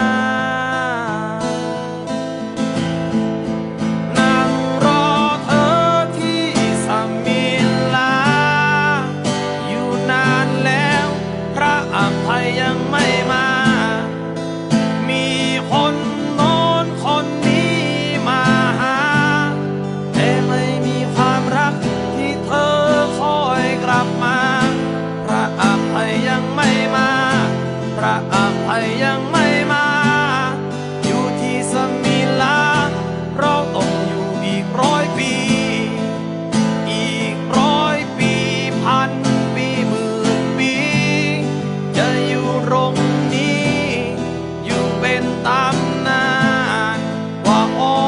ยังไม่มามีคนโน้นคนนี้มาหาแต่ไม่มีความรักที่เธอคอยกลับมาพระอภัยยังไม่มาพระอภัยยังไม่มาอยู่ที่สมิลาเราต้องอยู่อีกร้อยปีอีกร้อยปีพันปีหมื่นปีจะอยู่ตรงนี้อยู่เป็นตำนานว่าอ๋อ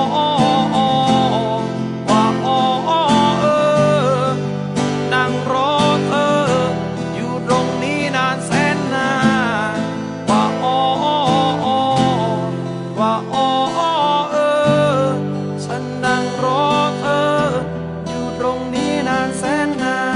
ว่าอ๋อเออนั่งรอเธออยู่ตรงนี้นานแสนนานว่าอ๋อว่าอ๋อเออฉันนั่งรอเธออยู่ตรงนี้นานแสนนาน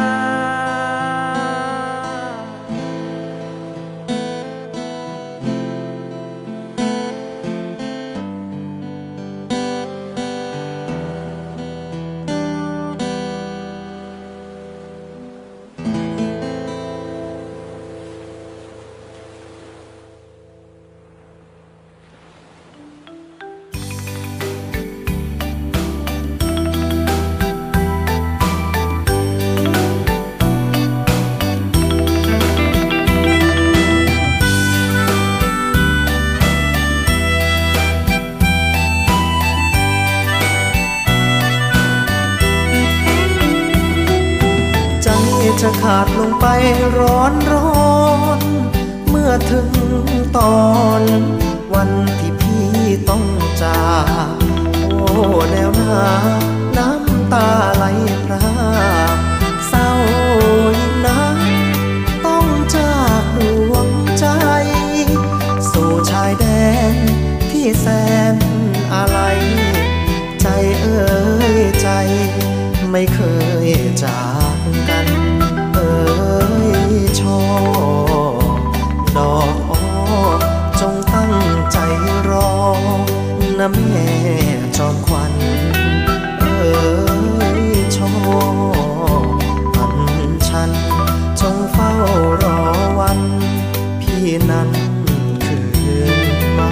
จะขาดลงไปร้อนร้อนเมื่อถึงตอนวันที่พี่ต้องจากโอ้แนวหน้าน้ำตาไหลพรากเศร้ายิ่งนักต้องจากดวงใจสู่ชายแดนที่แสนอะไรใจเอ่ยใจไม่เคยจากกันเอ่ยช่อดอกอ้อจงตั้งใจรอนะแม่จอมขวัญเอ่ยช่ออันฉันจงเฝ้ารอวันพี่นั้นคืนมา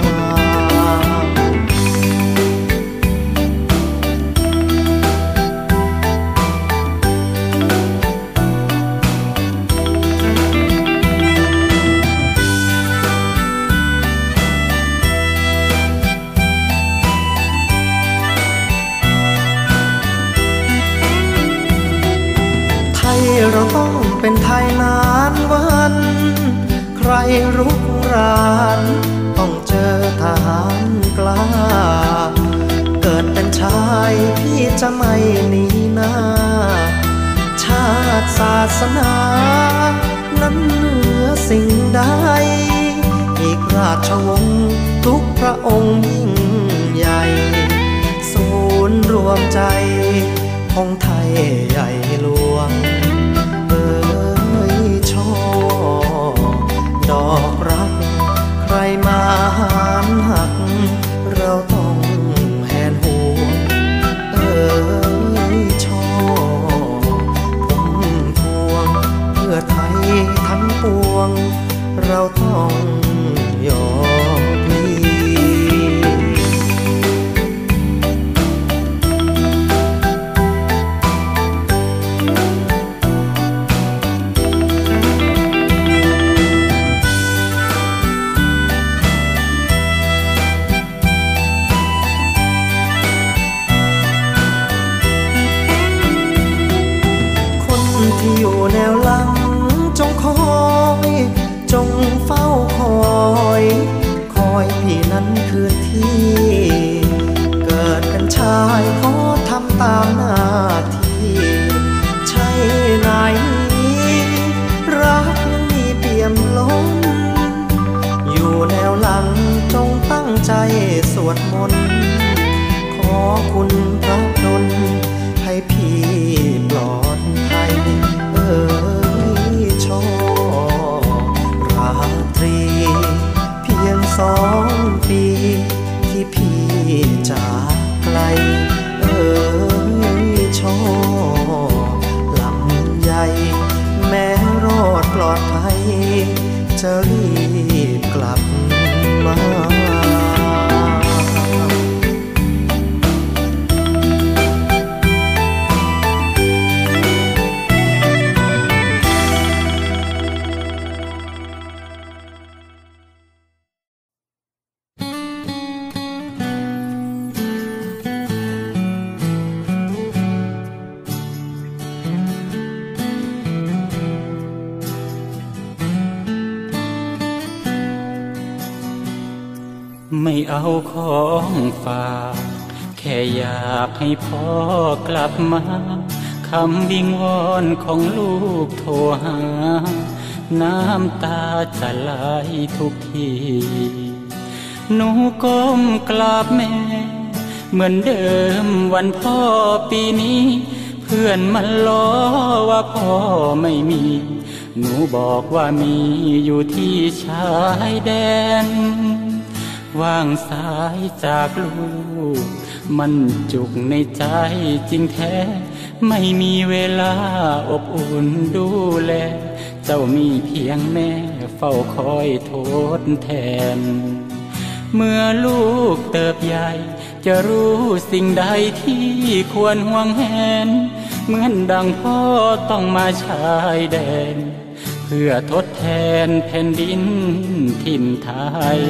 เราต้องเป็นไทยนานวันใครรุกรานต้องเจอทหารกล้าเกิดเป็นชายพี่จะไม่หนีหน้าชาติศาสนานั้นเหนือสิ่งใดอีกราชวงศ์ทุกพระองค์ยิ่งใหญ่ศูนย์รวมใจของไทยใหญ่หลวงเอ่ยช่อดอกรักใครมาหามหักเราต้องแหนห่วงเอ่ยช่อผมพวงเพื่อไทยทั้งปวงเราต้องยอมพลีที่อยู่แนวหลังจงคอยจงเฝ้าคอยคอยพี่นั้นคืนพี่เกิดเป็นชายขอทำตามหน้าที่ใช่ไหนรักมีเปี่ยมล้นอยู่แนวหลังจงตั้งใจสวดมนต์ขอคุณพระดลให้พี่ปลอดภัยเอ่ยชอราตรีเพียงสองปีที่พี่จากไกลเอ่ยชอลำใหญ่แม้รอดปลอดภัยจะรีบกลับมาไม่เอาของฝากแค่อยากให้พ่อกลับมาคำวิงวอนของลูกโทรหาน้ำตาจะไหลทุกทีหนูก้มกราบแม่เหมือนเดิมวันพ่อปีนี้เพื่อนมันล้อว่าพ่อไม่มีหนูบอกว่ามีอยู่ที่ชายแดนวางสายจากลูกมันจุกในใจจริงแท้ไม่มีเวลาอบอุ่นดูแลเจ้ามีเพียงแม่เฝ้าคอยทดแทนเมื่อลูกเติบใหญ่จะรู้สิ่งใดที่ควรห่วงแหนเหมือนดังพ่อต้องมาชายแดนเพื่อทดแทนแผ่นดินถิ่นไทย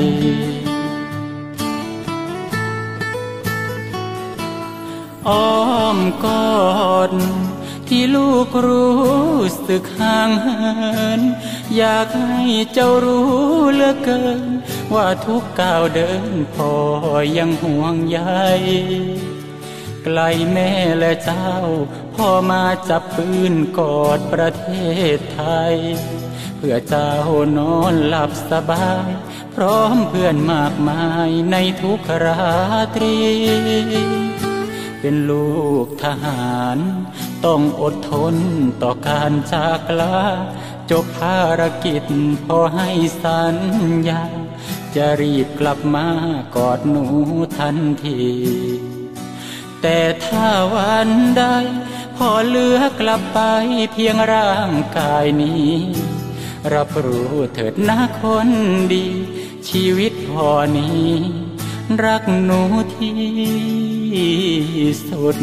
อ้อมกอดที่ลูกรู้สึกห่างเหินอยากให้เจ้ารู้เหลือเกินว่าทุกก้าวเดินพ่อยังห่วงใยไกลแม่และเจ้าพ่อมาจับปืนกอดประเทศไทยเพื่อเจ้านอนหลับสบายพร้อมเพื่อนมากมายในทุกราตรีเป็นลูกทหารต้องอดทนต่อการจากลาจบภารกิจพอให้สัญญาจะรีบกลับมากอดหนูทันทีแต่ถ้าวันใดพอเหลือกลับไปเพียงร่างกายนี้รับรู้เถิดนะคนดีชีวิตพอนี้รักหนูที่สุด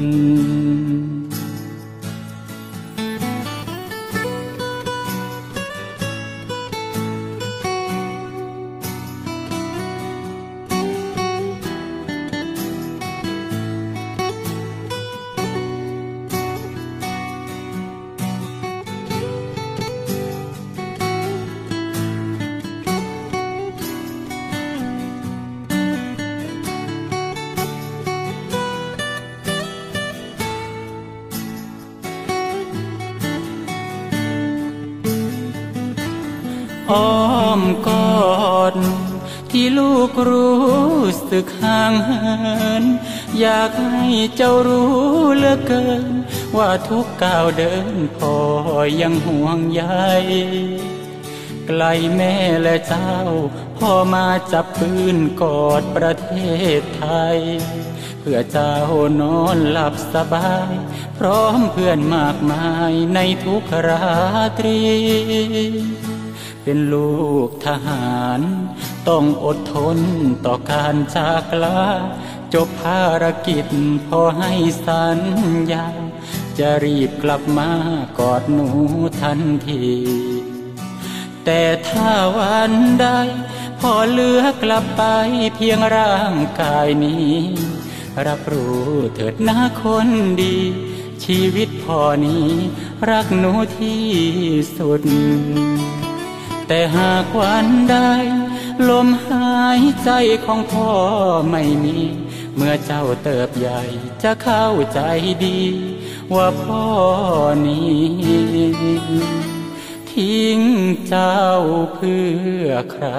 อ้อมกอดที่ลูกรู้สึกห่างเหินอยากให้เจ้ารู้เหลือเกินว่าทุกก้าวเดินพ่อยังห่วงใยไกลแม่และเจ้าพ่อมาจับปืนกอดประเทศไทยเพื่อเจ้านอนหลับสบายพร้อมเพื่อนมากมายในทุกราตรีเป็นลูกทหารต้องอดทนต่อการจากลาจบภารกิจพอให้สัญญาจะรีบกลับมากอดหนูทันทีแต่ถ้าวันใดพอเหลือกลับไปเพียงร่างกายนี้รับรู้เถิดนะคนดีชีวิตพอนี้รักหนูที่สุดแต่หากวันใดลมหายใจของพ่อไม่มีเมื่อเจ้าเติบใหญ่จะเข้าใจดีว่าพ่อนี้ทิ้งเจ้าเพื่อใคร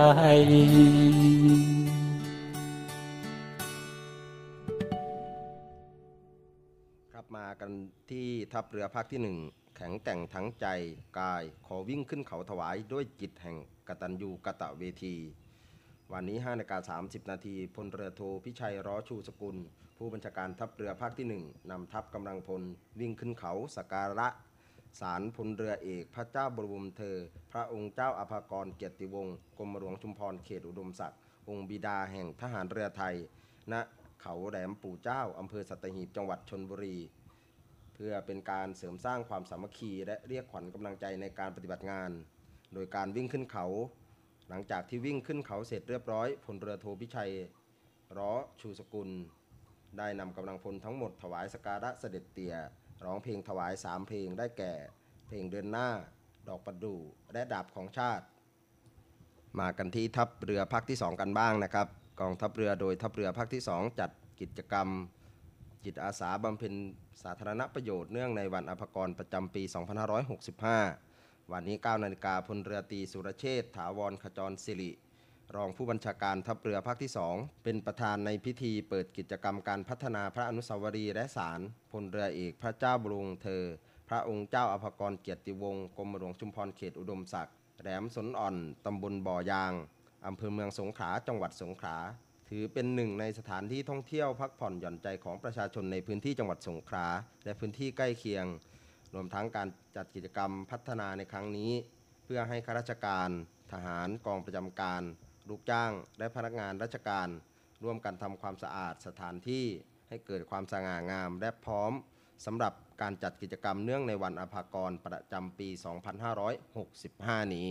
ครับมากันที่ทัพเรือภาคที่หนึ่งแข็งแกร่งทั้งใจกายขอวิ่งขึ้นเขาถวายด้วยจิตแห่งกตัญญูกตเวทีวันนี้ห้านาฬิกาสามสิบนาทีพลเรือโทพิชัยร้อชูสกุลผู้บัญชาการทัพเรือภาคที่หนึ่งนำทัพกำลังพลวิ่งขึ้นเขาสักการะศาลพลเรือเอกพระเจ้าบรมเธอพระองค์เจ้าอภากรเกียรติวงศ์กรมหลวงชุมพรเขตอุดมศักดิ์องค์บิดาแห่งทหารเรือไทยณเขาแหลมปู่เจ้าอำเภอสัตหีบจังหวัดชลบุรีเพื่อเป็นการเสริมสร้างความสามัคคีและเรียกขวัญกำลังใจในการปฏิบัติงานโดยการวิ่งขึ้นเขาหลังจากที่วิ่งขึ้นเขาเสร็จเรียบร้อยพลเรือโทพิชัยร้อชูสกุลได้นำกำลังพลทั้งหมดถวายสักการะเสด็จเตี่ยร้องเพลงถวายสามเพลงได้แก่เพลงเดินหน้าดอกประดู่และดาบของชาติมากันที่ทัพเรือภาคที่สองกันบ้างนะครับกองทัพเรือโดยทัพเรือภาคที่สองจัดกิจกรรมจิตอาสาบำเพ็ญสาธารณประโยชน์เนื่องในวันอภากรประจำปีสองพันห้าร้อยหกสิบห้าวันนี้เก้านาฬิกาพลเรือตรีสุรเชษฐ์ถาวรขจรสิริรองผู้บัญชาการทัพเรือภาคที่สองเป็นประธานในพิธีเปิดกิจกรรมการพัฒนาพระอนุสาวรีย์และศาลพลเรือเอกพระเจ้าบรมเธอพระองค์เจ้าอภากรเกียรติวงศ์กรมหลวงชุมพรเขตอุดมศักดิ์แหลมสนอ่อนตำบลบ่อยางอำเภอเมืองสงขลาจังหวัดสงขลาถือเป็นหนึ่งในสถานที่ท่องเที่ยวพักผ่อนหย่อนใจของประชาชนในพื้นที่จังหวัดสงขลาและพื้นที่ใกล้เคียงรวมทั้งการจัดกิจกรรมพัฒนาในครั้งนี้เพื่อให้ข้าราชการทหารกองประจำการลูกจ้างและพนักงานราชการร่วมกันทำความสะอาดสถานที่ให้เกิดความสง่างามและพร้อมสำหรับการจัดกิจกรรมเนื่องในวันอภากรประจำปี สองพันห้าร้อยหกสิบห้า นี้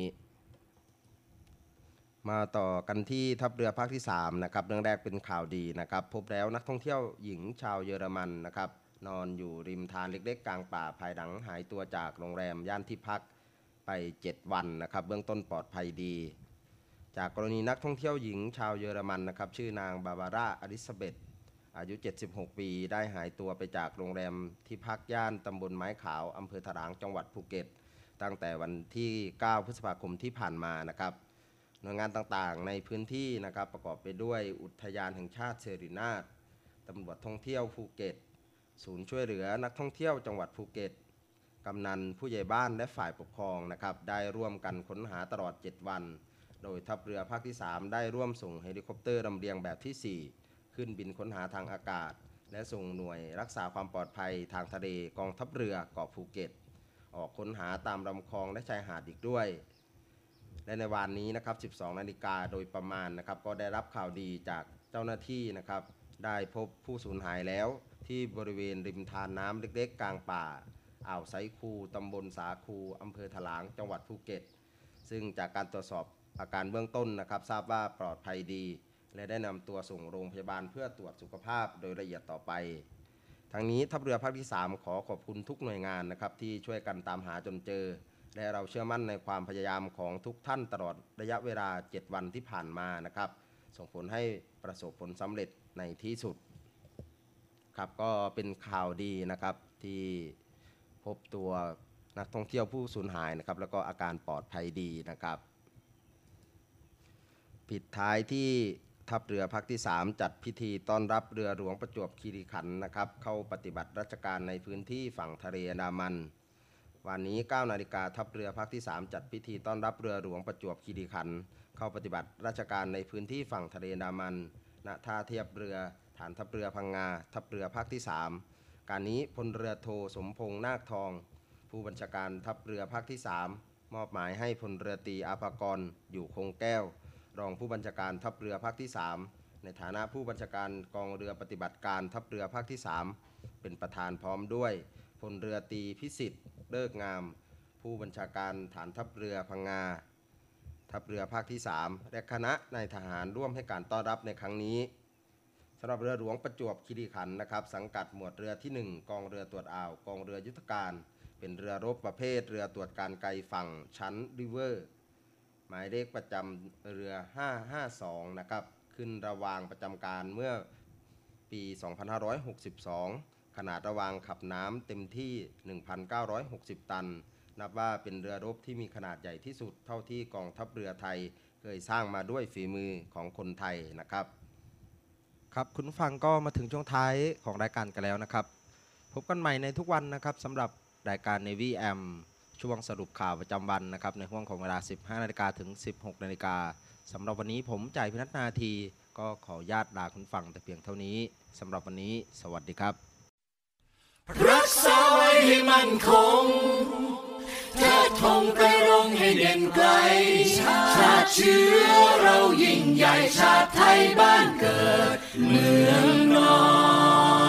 มาต่อกันที่ทัพเรือภาคที่สามนะครับเรื่องแรกเป็นข่าวดีนะครับพบแล้วนักท่องเที่ยวหญิงชาวเยอรมันนะครับนอนอยู่ริมทานเล็กๆกลางป่าภายหลังหายตัวจากโรงแรมย่านที่พักไปเจ็ดวันนะครับเบื้องต้นปลอดภัยดีจากกรณีนักท่องเที่ยวหญิงชาวเยอรมันนะครับชื่อนางบาบาร่าอลิซาเบธอายุเจ็ดสิบหกปีได้หายตัวไปจากโรงแรมที่พักย่านตำบลไม้ขาวอำเภอถลางจังหวัดภูเก็ตตั้งแต่วันที่เก้าพฤษภาคมที่ผ่านมานะครับหน่วยงานต่างๆในพื้นที่นะครับประกอบไปด้วยอุทยานแห่งชาติเสรีนาถตำรวจท่องเที่ยวภูเก็ตศูนย์ช่วยเหลือนักท่องเที่ยวจังหวัดภูเก็ตกำนันผู้ใหญ่บ้านและฝ่ายปกครองนะครับได้ร่วมกันค้นหาตลอดเจ็ดวันโดยทัพเรือภาคที่สามได้ร่วมส่งเฮลิคอปเตอร์ลำเลียงแบบที่สี่ขึ้นบินค้นหาทางอากาศและส่งหน่วยรักษาความปลอดภัยทางทะเลกองทัพเรือเกาะภูเก็ตออกค้นหาตามลำคลองและชายหาดอีกด้วยและในวันนี้นะครับสิบสองนาฬิกาโดยประมาณนะครับก็ได้รับข่าวดีจากเจ้าหน้าที่นะครับได้พบผู้สูญหายแล้วที่บริเวณริมทานน้ำเล็กๆกลางป่าอ่าวไซคูตำบลสาคูอำเภอถลางจังหวัดภูเก็ตซึ่งจากการตรวจสอบอาการเบื้องต้นนะครับทราบว่าปลอดภัยดีและได้นำตัวส่งโรงพยาบาลเพื่อตรวจสุขภาพโดยละเอียดต่อไปทางนี้ทัพเรือภาคที่สามขอขอบคุณทุกหน่วยงานนะครับที่ช่วยกันตามหาจนเจอและเราเชื่อมั่นในความพยายามของทุกท่านตลอดระยะเวลาเจ็ดวันที่ผ่านมานะครับส่งผลให้ประสบผลสำเร็จในที่สุดครับก็เป็นข่าวดีนะครับที่พบตัวนักท่องเที่ยวผู้สูญหายนะครับแล้วก็อาการปลอดภัยดีนะครับปิดท้ายที่ทัพเรือภาคที่สามจัดพิธีต้อนรับเรือหลวงประจวบคีรีขันธ์นะครับเข้าปฏิบัติราชการในพื้นที่ฝั่งทะเลอันดามันวันนี้เก้านาฬิกาทัพเรือภาคที่สามจัดพิธีต้อนรับเรือหลวงประจวบคีรีขันธ์เข้าปฏิบัติราชการในพื้นที่ฝั่งทะเลอันดามันณท่าเทียบเรือฐานทัพเรือพังงาทัพเรือภาคที่สามการนี้พลเรือโทสมพงษ์นาคทองผู้บัญชาการทัพเรือภาคที่สามมอบหมายให้พลเรือตรีอาภากรอยู่คงแก้วรองผู้บัญชาการทัพเรือภาคที่สามในฐานะผู้บัญชาการกองเรือปฏิบัติการทัพเรือภาคที่สามเป็นประธานพร้อมด้วยพลเรือตรีพิสิทธิ์เลิกงามผู้บัญชาการฐานทัพเรือพังงาทัพเรือภาคที่สามและคณะนายทหารร่วมให้การต้อนรับในครั้งนี้สำหรับเรือหลวงประจวบคีรีขันธ์นะครับสังกัดหมวดเรือที่หนึ่งกองเรือตรวจอ่าวกองเรือยุทธการเป็นเรือรบประเภทเรือตรวจการไกลฝั่งชั้นริเวอร์หมายเลขประจำเรือห้าห้าสองนะครับขึ้นระวางประจำการเมื่อปี สองพันห้าร้อยหกสิบสอง ขนาดระวางขับน้ำเต็มที่ หนึ่งพันเก้าร้อยหกสิบ ตันนับว่าเป็นเรือรบที่มีขนาดใหญ่ที่สุดเท่าที่กองทัพเรือไทยเคยสร้างมาด้วยฝีมือของคนไทยนะครับครับคุณผู้ฟังก็มาถึงช่วงท้ายของรายการกันแล้วนะครับพบกันใหม่ในทุกวันนะครับสำหรับรายการ Navy แอม ช่วงสรุปข่าวประจำวันนะครับในห่วงของเวลา สิบห้านาฬิกา ถึง สิบหกนาฬิกาสำหรับวันนี้ผมจ่ายพินัทนาทีก็ขอญาตลาคุณฟังแต่เพียงเท่านี้สำหรับวันนี้สวัสดีครับรักษาไว้ให้มั่นคงเธอทงไปรงให้เด่นไกลชาติเชื้อเรายิ่งใหญ่ชาติไทยบ้านเกิดเมืองนอน